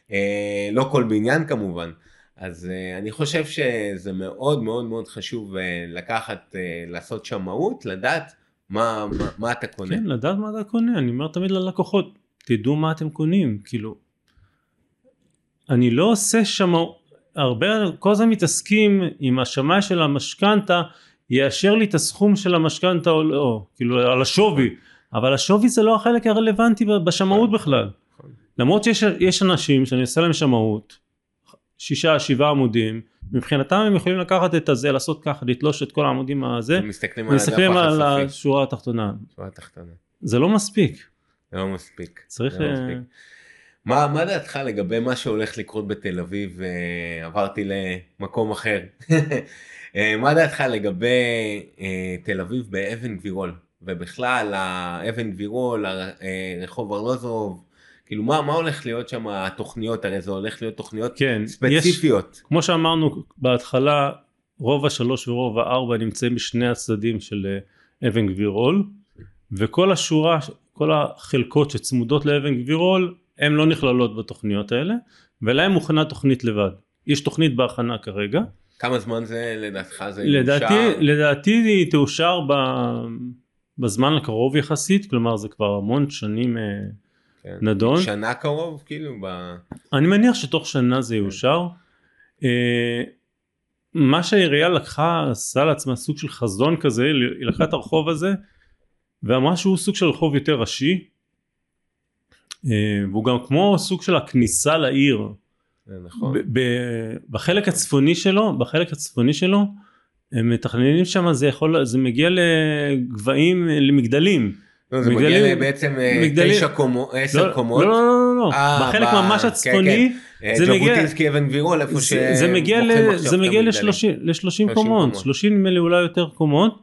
לא כל בניין כמובן. אז uh, אני חושב שזה מאוד מאוד מאוד חשוב uh, לקחת, uh, לעשות שמאות, לדעת מה, מה, מה אתה קונה. כן, לדעת מה אתה קונה, אני אומר תמיד ללקוחות, תדעו מה אתם קונים, כאילו, אני לא עושה שמאות, הרבה, כל הזמן מתעסקים עם השמאי של המשכנתה, יאשר לי את הסכום של המשכנתה או לא, כאילו על השווי, אבל השווי זה לא החלק הרלוונטי בשמאות בכלל, למרות שיש יש אנשים שאני עושה להם שמאות, שישה, שבעה עמודים, מבחינתם הם יכולים לקחת את הזה, לעשות ככה, לתלוש את כל העמודים הזה, ומסתכלים על השורה התחתונה. שורה התחתונה. זה לא מספיק. זה לא מספיק. צריך... לא מספיק. מה, מה דעתך לגבי מה שהולך לקרות בתל אביב, עברתי למקום אחר, מה דעתך לגבי תל אביב באבן גבירול, ובכלל, האבן גבירול, רחוב ארלוזורוב, כאילו מה, מה הולך להיות שם התוכניות, הרי זה הולך להיות תוכניות כן, ספציפיות. יש, כמו שאמרנו בהתחלה, רוב השלוש ורוב הארבע נמצאים בשני הצדדים של אבן גבירול, וכל השורה, כל החלקות שצמודות לאבן גבירול, הן לא נכללות בתוכניות האלה, ולהם מוכנה תוכנית לבד. יש תוכנית בהכנה כרגע. כמה זמן זה לדעתך זה לדעתי, יאושר? לדעתי היא תאושר ב, בזמן הקרוב יחסית, כלומר זה כבר המון שנים כן. נדון. שנה קרוב כאילו? ב... אני מניח שתוך שנה זה יאושר. כן. מה שהעירייה לקחה, עשה לעצמה סוג של חזון כזה, היא לקחה את הרחוב הזה, ואמרה שהוא סוג של רחוב יותר ראשי, והוא גם כמו סוג של הכניסה לעיר. נכון. בחלק הצפוני שלו, בחלק הצפוני שלו, הם מתכננים שם, זה יכול, זה מגיע לגבהים, למגדלים. זה מגיע בעצם תשע קומות, עשר קומות. לא, לא, לא, בחלק ממש הצפוני, ז'בוטינסקי אבן גבירול, איפה ש... זה מגיע ל-שלושים קומות, שלושים אלה אולי יותר קומות,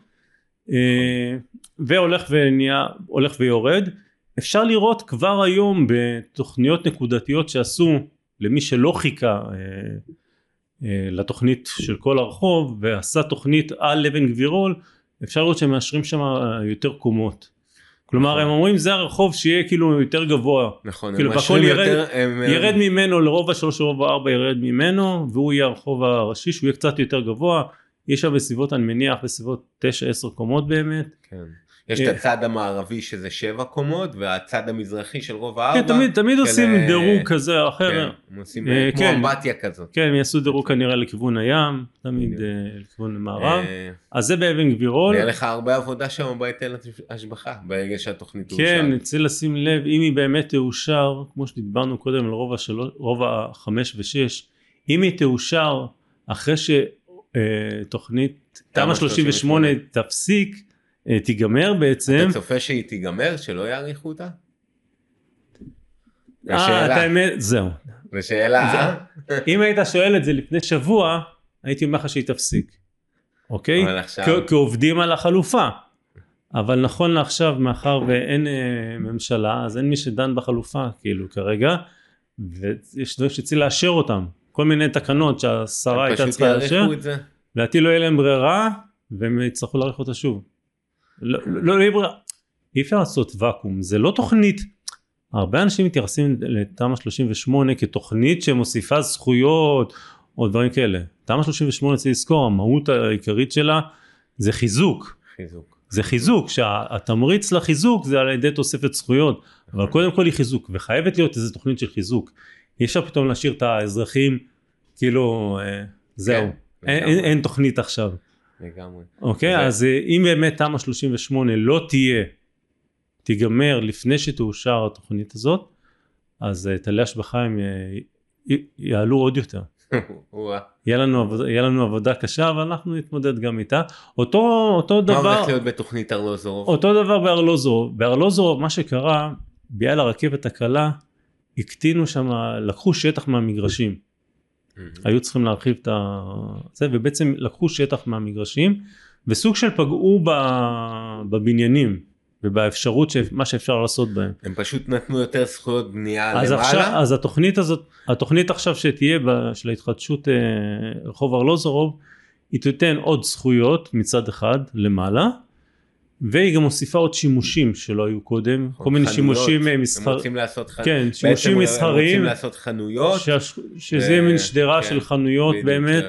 והולך ונהיה, הולך ויורד. אפשר לראות כבר היום בתוכניות נקודתיות שעשו למי שלא חיכה לתוכנית של כל הרחוב ועשה תוכנית על אבן גבירול, אפשר לראות שהם מאשרים שם יותר קומות. כלומר הם אומרים זה הרחוב שיהיה כאילו יותר גבוה. נכון, כאילו הכל ירד, ירד ממנו לרוב השלוש ורוב הארבע ירד ממנו, והוא יהיה הרחוב הראשי שהוא יהיה קצת יותר גבוה. יש שם בסביבות אני מניח בסביבות תשע עשר קומות באמת. כן. יש את הצד המערבי שזה שבע קומות, והצד המזרחי של רוב הארבע. כן, תמיד, תמיד עושים דירוג כזה או אחר. כן, הם עושים כמו אמבטיה כזאת. כן, הם יעשו דירוג כנראה לכיוון הים, תמיד לכיוון המערב. אז זה באבן גבירול. ויהיה לך הרבה עבודה שם בהיטל השבחה, ברגע שהתוכנית תאושר. כן, צריך לשים לב, אם היא באמת תאושר, כמו שדיברנו קודם על רוב החמש ושש, אם היא תאושר אחרי שתוכנית תמ"א שלושים ושמונה תפסיק, תיגמר בעצם. אתה צופה שהיא תיגמר, שלא יעריכו אותה? אה, אתה האמת, זהו. בשאלה. אם היית שואל את זה לפני שבוע, הייתי אומר לך שהיא תפסיק. אוקיי? כעובדים על החלופה. אבל נכון לעכשיו, מאחר ואין ממשלה, אז אין מי שדן בחלופה, כאילו כרגע, ויש דברים שצריך לאשר אותם. כל מיני תקנות שהשרה הייתה צריכה לאשר. לדעתי לא יהיה להם ברירה, והם יצטרכו להאריך אותה שוב. לא, לא, לא, אי אפשר לעשות ואקום, זה לא תוכנית, הרבה אנשים מתייחסים לתמ"א שלושים ושמונה כתוכנית שמוסיפה זכויות או דברים כאלה. תמ"א שלושים ושמונה צריך לזכור, המהות העיקרית שלה זה חיזוק. חיזוק. זה חיזוק, שהתמריץ לחיזוק זה על ידי תוספת זכויות, אבל קודם כל היא חיזוק, וחייבת להיות איזו תוכנית של חיזוק. אי אפשר פתאום להשאיר את האזרחים, כאילו, זהו, אין, אין, אין תוכנית עכשיו. לגמרי. אוקיי, okay, אז אם באמת תמ"א שלושים ושמונה לא תהיה, תיגמר לפני שתאושר התוכנית הזאת, אז היטלי השבחה הם יעלו עוד יותר. יהיה לנו עבודה, יהיה לנו עבודה קשה, אבל אנחנו נתמודד גם איתה. אותו, אותו דבר... מה הולך להיות בתוכנית ארלוזורוב? אותו דבר בארלוזורוב. בארלוזורוב, מה שקרה, ביעל הרכבת הקלה, הקטינו שם, לקחו שטח מהמגרשים. היו צריכים להרחיב את זה, ובעצם לקחו שטח מהמגרשים, וסוג של פגעו בבניינים, ובאפשרות מה שאפשר לעשות בהם. הם פשוט נתנו יותר זכויות בנייה אז למעלה? עכשיו, אז התוכנית הזאת, התוכנית עכשיו שתהיה של ההתחדשות רחוב ארלוזורוב, היא תיתן עוד זכויות מצד אחד למעלה, והיא גם מוסיפה עוד שימושים שלא היו קודם, כל מיני שימושים מסחריים. הם רוצים לעשות חנויות. כן, שימושים מסחריים. הם רוצים לעשות חנויות. שזה יהיה מין שדרה של חנויות באמת.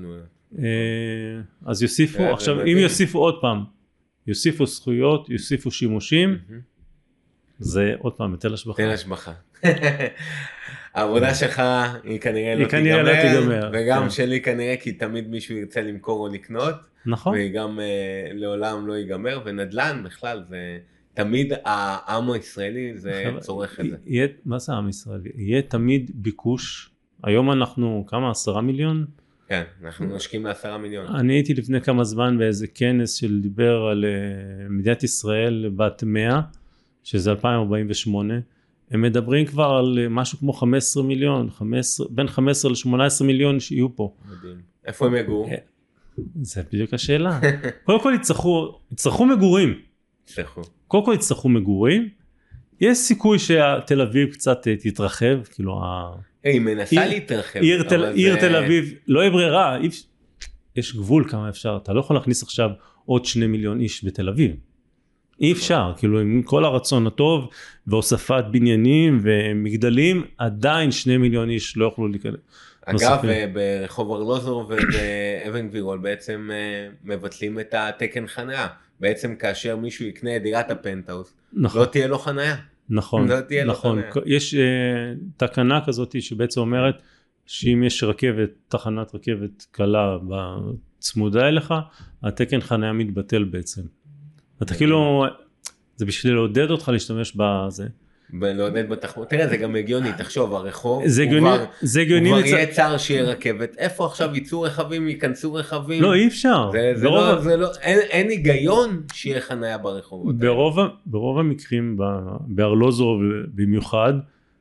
אז יוסיפו, עכשיו אם יוסיפו עוד פעם, יוסיפו זכויות, יוסיפו שימושים, זה עוד פעם היטל השבחה. היטל השבחה. העבודה שלך היא כנראה לא תיגמר, וגם שלי כנראה כי תמיד מישהו ירצה למכור או לקנות, והיא גם לעולם לא ייגמר, ונדל"ן בכלל זה תמיד העם הישראלי זה צורך את זה. מה זה העם הישראלי? יהיה תמיד ביקוש, היום אנחנו כמה עשרה מיליון? כן, אנחנו נושקים לעשרה מיליון. אני הייתי לפני כמה זמן באיזה כנס שדיבר על מדינת ישראל בת מאה, שזה אלפיים ארבעים ושמונה, הם מדברים כבר על משהו כמו חמישה עשר מיליון, בין חמישה עשר ל-שמונה עשרה מיליון שיהיו פה. מדהים. איפה הם יגורו? זה בדיוק השאלה. קודם כל יצטרכו, יצטרכו מגורים. יצטרכו. קודם כל יצטרכו מגורים, יש סיכוי שתל אביב קצת תתרחב, כאילו היא מנסה להתרחב. עיר תל אביב, לא יהיה ברירה, יש גבול כמה אפשר, אתה לא יכול להכניס עכשיו עוד שני מיליון איש בתל אביב. אי אפשר, כאילו עם כל הרצון הטוב והוספת בניינים ומגדלים, עדיין שני מיליון איש לא יוכלו להיכנס. אגב, ברחוב ארלוזור ובאבן גבירול בעצם מבטלים את התקן חניה. בעצם כאשר מישהו יקנה דירת הפנטהאוס, לא תהיה לו חניה. נכון, נכון. יש תקנה כזאת שבעצם אומרת שאם יש רכבת, תחנת רכבת קלה בצמודה אליך, התקן חניה מתבטל בעצם. אתה כאילו, זה בשביל לעודד אותך להשתמש בזה. לעודד בתחבורה, תראה זה גם הגיוני, תחשוב הרחוב, הוא כבר יהיה צער שיהיה רכבת, איפה עכשיו ייצאו רכבים, ייכנסו רכבים? לא, אי אפשר. אין היגיון שיהיה חניה ברחוב. ברוב המקרים, בארלוזור במיוחד,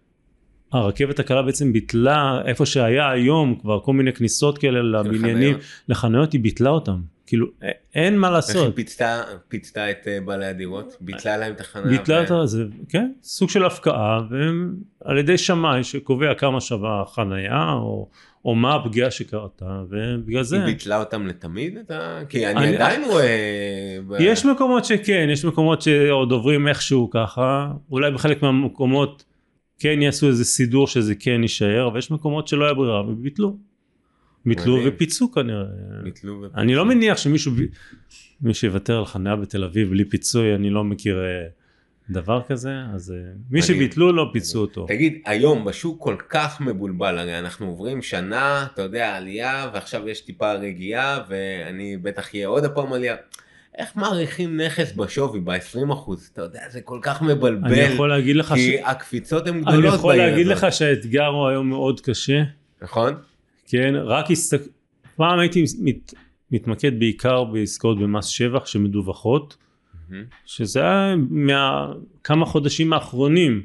הרכבת הקלה בעצם ביטלה, איפה שהיה היום, כבר כל מיני כניסות כאלה לבניינים, לחניות, היא ביטלה אותם. כאילו, אין מה לעשות. היא פיצתה את בעלי הדירות, ביטלה להם את החניה. ביטלה אותה, זה, כן, סוג של הפקעה, ועל ידי שמאי שקובע כמה שווה החניה, או, או מה הפגיעה שקרתה, ובגלל זה... היא ביטלה אותם לתמיד? כי אני עדיין רואה... יש מקומות שכן, יש מקומות שעוד עוברים איכשהו ככה, אולי בחלק מהמקומות כן יעשו איזה סידור שזה כן יישאר, אבל יש מקומות שלא היה ברירה, וביטלו. ביטלו ופיצו כנראה. אני לא מניח שמישהו מישהו יוותר על חניה בתל אביב בלי פיצוי, אני לא מכיר דבר כזה, אז מי שביטלו לא פיצו אותו. תגיד, היום בשוק כל כך מבולבל, הרי אנחנו עוברים שנה, אתה יודע, עלייה, ועכשיו יש טיפה רגיעה, ואני בטח יהיה עוד הפעם עלייה. איך מעריכים נכס בשווי ב-עשרים אחוז? אתה יודע, זה כל כך מבלבל. אני יכול להגיד לך כי הקפיצות הן גדולות. אני יכול להגיד לך שהאתגר הוא היום מאוד קשה. נכון? כן, רק הסתק... פעם הייתי מת... מתמקד בעיקר בעסקאות במס שבח שמדווחות, mm-hmm. שזה היה מה... כמה חודשים האחרונים,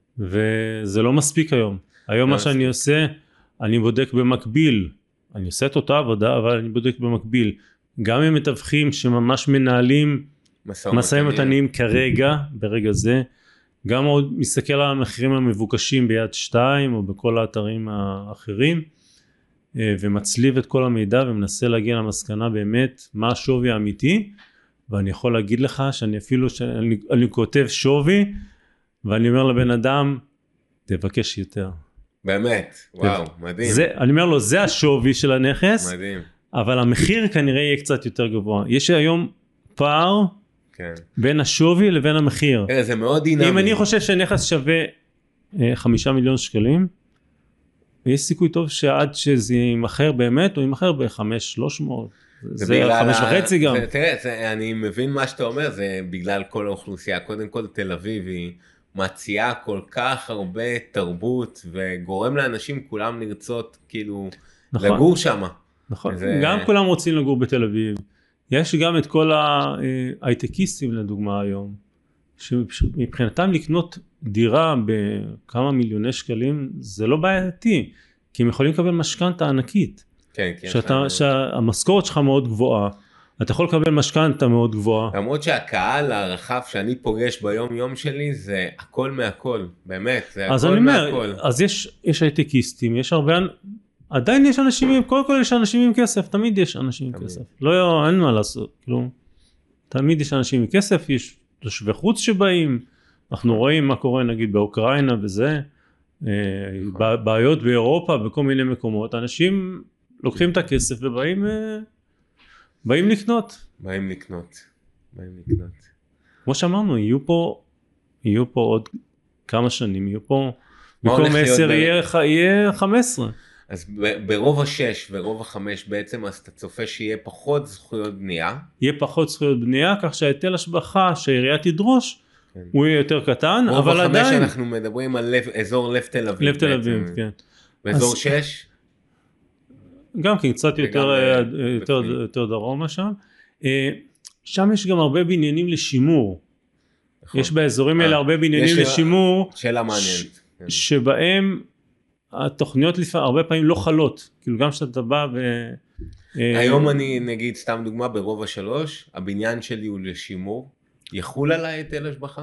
וזה לא מספיק היום. היום מה שאני עושה, אני בודק במקביל, אני עושה את אותה עבודה, אבל אני בודק במקביל, גם עם מתווכים שממש מנהלים מסעים מתנים כרגע, ברגע זה, גם עוד מסתכל על המחירים המבוקשים ביד שתיים, או בכל האתרים האחרים, ומצליב את כל המידע ומנסה להגיע למסקנה באמת מה השווי האמיתי, ואני יכול להגיד לך שאני אפילו שאני אני כותב שווי ואני אומר לבן אדם תבקש יותר. באמת, וואו, מדהים. זה, אני אומר לו זה השווי של הנכס, מדהים. אבל המחיר כנראה יהיה קצת יותר גבוה. יש היום פער כן. בין השווי לבין המחיר. זה מאוד דינמי. אם אני חושב שנכס שווה חמישה מיליון שקלים, יש סיכוי טוב שעד שזה ימחר באמת, הוא ימחר בחמש שלוש מאות, זה חמש וחצי גם. תראה, אני מבין מה שאתה אומר, זה בגלל כל האוכלוסייה, קודם כל תל אביב היא מציעה כל כך הרבה תרבות, וגורם לאנשים כולם לרצות כאילו לגור שם. נכון, גם כולם רוצים לגור בתל אביב, יש גם את כל ההייטקיסטים לדוגמה היום, שמבחינתם לקנות דירה בכמה מיליוני שקלים זה לא בעייתי, כי הם יכולים לקבל משכנתה ענקית. כן, כן. שאתה, שהמשכורת שלך מאוד גבוהה, אתה יכול לקבל משכנתה מאוד גבוהה. למרות שהקהל הרחב שאני פוגש ביום יום שלי זה הכל מהכל, באמת, זה הכל מהכל. אז אני אומר, אז יש, יש הייטקיסטים, יש הרבה, עדיין יש אנשים, קודם כל יש אנשים עם כסף, תמיד יש אנשים עם כסף. לא, אין מה לעשות, כאילו, תמיד יש אנשים עם כסף, יש תושבי חוץ שבאים, אנחנו רואים מה קורה נגיד באוקראינה וזה, בעיות באירופה, בכל מיני מקומות, אנשים לוקחים את הכסף ובאים באים לקנות. באים לקנות, באים לקנות. כמו שאמרנו, יהיו פה, יהיו פה עוד כמה שנים, יהיו פה, במקום עשר יהיה חמש עשרה. אז ברוב השש ורוב החמש בעצם, אז אתה צופה שיהיה פחות זכויות בנייה? יהיה פחות זכויות בנייה, כך שההיטל השבחה שהעירייה תדרוש, כן. הוא יהיה יותר קטן, אבל עדיין... רוב החמש אנחנו מדברים על לב, אזור לב תל אביב. לב תל אביב, כן. באזור אז... שש? גם כן, קצת יותר, יותר, יותר דרומה שם. שם יש גם הרבה בניינים לשימור. נכון. יש באזורים האלה הרבה בניינים לשימור. שאלה מעניינת. ש... שבהם... התוכניות לפעמים הרבה פעמים לא חלות, כאילו גם שאתה בא ו... היום אני נגיד סתם דוגמה ברובע שלוש, הבניין שלי הוא לשימור, יחול עליי היטל השבחה?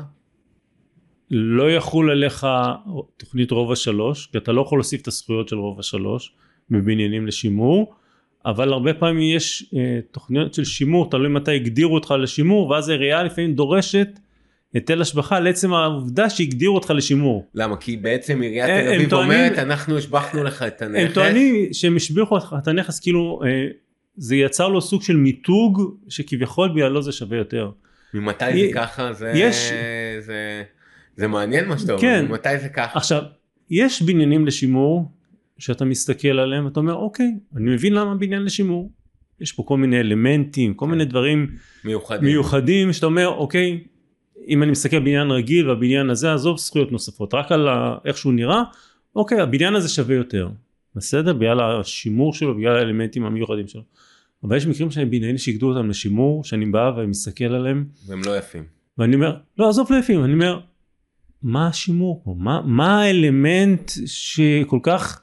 לא יחול עליך תוכנית רובע שלוש, כי אתה לא יכול להוסיף את הזכויות של רובע שלוש בבניינים לשימור, אבל הרבה פעמים יש אה, תוכניות של שימור, תלוי מתי הגדירו אותך לשימור, ואז העירייה לפעמים דורשת היטל השבחה לעצם העובדה שהגדירו אותך לשימור. למה? כי בעצם עיריית תל אביב אומרת, אנחנו השבחנו לך את הנכס. הם טוענים שהם השביחו לך את הנכס, כאילו אה, זה יצר לו סוג של מיתוג, שכביכול בגללו זה שווה יותר. ממתי זה ככה? זה, יש... זה, זה מעניין מה שאתה אומר. כן. ממתי זה ככה? עכשיו, יש בניינים לשימור, שאתה מסתכל עליהם, אתה אומר, אוקיי, אני מבין למה בניין לשימור. יש פה כל מיני אלמנטים, כל מיני דברים מיוחדים. מיוחדים, שאתה אומר, אוקיי, אם אני מסתכל בניין רגיל, והבניין הזה, עזוב זכויות נוספות, רק על איך שהוא נראה, אוקיי, הבניין הזה שווה יותר. בסדר? בגלל השימור שלו, בגלל האלמנטים המיוחדים שלו. אבל יש מקרים שאני בניינים שהגדו אותם לשימור, שאני בא ומסתכל עליהם. והם לא יפים. ואני אומר, לא, עזוב לא יפים, אני אומר, מה השימור פה? מה, מה האלמנט שכל כך...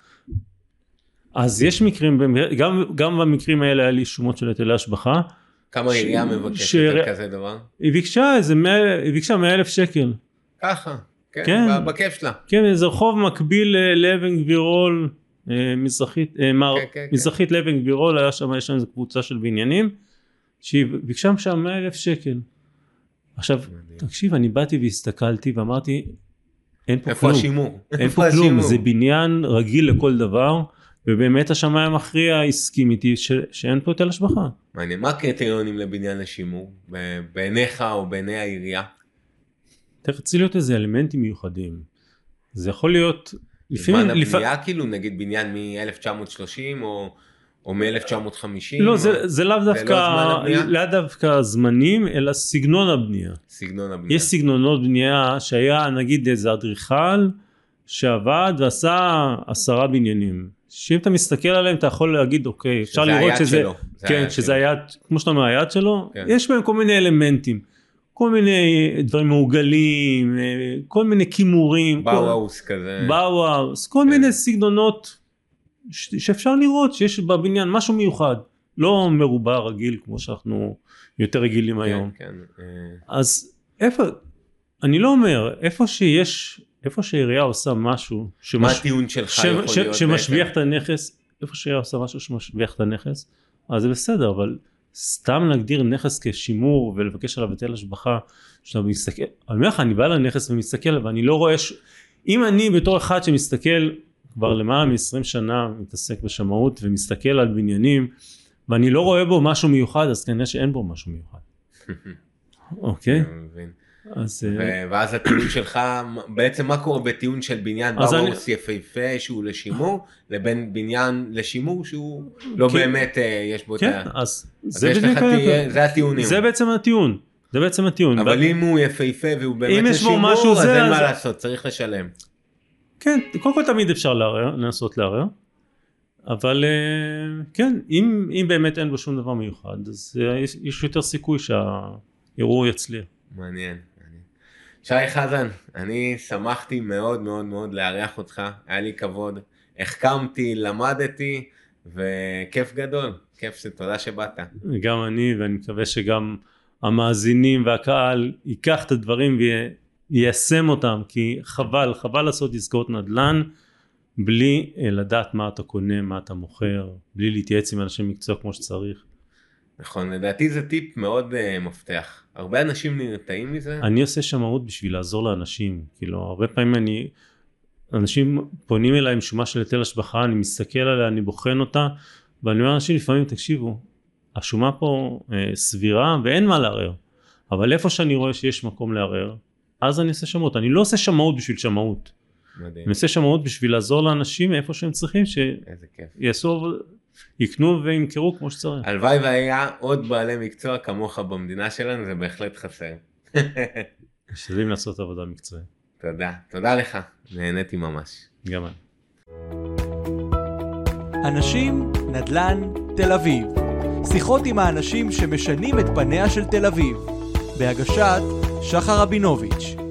אז יש מקרים, גם, גם במקרים האלה היה לי שומות של היטלי השבחה. כמה עירייה מבקשת ש... על כזה דבר? היא ביקשה איזה מאה, היא ביקשה מאה אלף שקל. ככה, כן, כן. בכיף שלה. כן, איזה רחוב מקביל לאבן גבירול, מזרחית, מר, כן, כן, מזרחית כן. לאבן גבירול, היה שם, יש שם איזו קבוצה של בניינים, שהיא ביקשה שם מאה אלף שקל. עכשיו, מדהים. תקשיב, אני באתי והסתכלתי ואמרתי, אין פה איפה כלום. השימור? אין פה כלום, זה בניין רגיל לכל דבר, ובאמת השמאי המכריע הסכים איתי ש... שאין פה היטל השבחה. מעניין, מה הקריטריונים לבניין לשימור? בעיניך או בעיני העירייה? תרצי להיות איזה אלמנטים מיוחדים. זה יכול להיות... זמן הבנייה לפ... כאילו, נגיד בניין מ-אלף תשע מאות שלושים או, או מ-אלף תשע מאות חמישים? לא, או... זה, זה לאו דווקא, לא דווקא זמנים, אלא סגנון הבנייה. סגנון הבנייה. יש סגנונות בנייה שהיה, נגיד, איזה אדריכל שעבד ועשה עשרה בניינים. שאם אתה מסתכל עליהם, אתה יכול להגיד, אוקיי, אפשר לראות שזה... שלו. כן, שזה היד, כמו שאתה אומר, היד שלו, כן. יש בהם כל מיני אלמנטים. כל מיני דברים מעוגלים, כל מיני כימורים. באוואוס כזה. באוואוס, כל כן. מיני סגנונות ש- שאפשר לראות שיש בבניין משהו מיוחד. לא מרובע רגיל, כמו שאנחנו יותר רגילים כן, היום. כן. אז איפה, אני לא אומר, איפה שיש... איפה שהעירייה עושה משהו, שמש... מה הטיעון שלך ש... יכול ש... להיות? שמשביח את הנכס, איפה שהעירייה עושה משהו שמשביח את הנכס, אז זה בסדר, אבל סתם להגדיר נכס כשימור ולבקש עליו היטל השבחה, שאתה מסתכל, אני אומר לך, אני בא לנכס ומסתכל, ואני לא רואה, ש... אם אני בתור אחד שמסתכל כבר למעלה מ-עשרים שנה, מתעסק בשמאות ומסתכל על בניינים, ואני לא רואה בו משהו מיוחד, אז כנראה שאין בו משהו מיוחד. אוקיי? אני מבין. אז, ואז הטיעון שלך, בעצם מה קורה בטיעון של בניין באוס אני... יפהפה שהוא לשימור, לבין בניין לשימור שהוא לא כן. באמת יש בו כן, את ה... אז, אז זה, לך תי... זה הטיעונים. זה בעצם הטיעון, זה בעצם הטיעון. אבל ב... אם הוא יפהפה והוא באמת לשימור, אז זה, אין אז... מה לעשות, צריך לשלם. כן, קודם כל תמיד אפשר לערר, לנסות לערר, אבל כן, אם, אם באמת אין בו שום דבר מיוחד, אז יש, יש יותר סיכוי שהערעור יצליח. מעניין. שי חזן, אני שמחתי מאוד מאוד מאוד לארח אותך, היה לי כבוד, החכמתי, למדתי, וכיף גדול, כיף שתודה שבאת. גם אני, ואני מקווה שגם המאזינים והקהל ייקח את הדברים ויישם אותם, כי חבל, חבל לעשות עסקאות נדל"ן, בלי לדעת מה אתה קונה, מה אתה מוכר, בלי להתייעץ עם אנשים מקצוע כמו שצריך. נכון, לדעתי זה טיפ מאוד uh, מפתח. הרבה אנשים נרתעים מזה. אני עושה שמאות בשביל לעזור לאנשים. כאילו, הרבה פעמים אני, אנשים פונים אליי עם שומה של היטל השבחה, אני מסתכל עליה, אני בוחן אותה, ואני אומר לאנשים לפעמים, תקשיבו, השומה פה uh, סבירה ואין מה לערער. אבל איפה שאני רואה שיש מקום לערער, אז אני עושה שמאות. אני לא עושה שמאות בשביל שמאות. מדהים. אני עושה שמאות בשביל לעזור לאנשים איפה שהם צריכים, שיעשו... יקנו וימכרו כמו שצריך. הלוואי והיה עוד בעלי מקצוע כמוך במדינה שלנו, זה בהחלט חסר. משתדלים לעשות עבודה מקצועית. תודה, תודה לך, נהניתי ממש. גם אני. אנשים, נדל"ן, תל אביב. שיחות עם האנשים שמשנים את פניה של תל אביב. בהגשת שחר רבינוביץ'.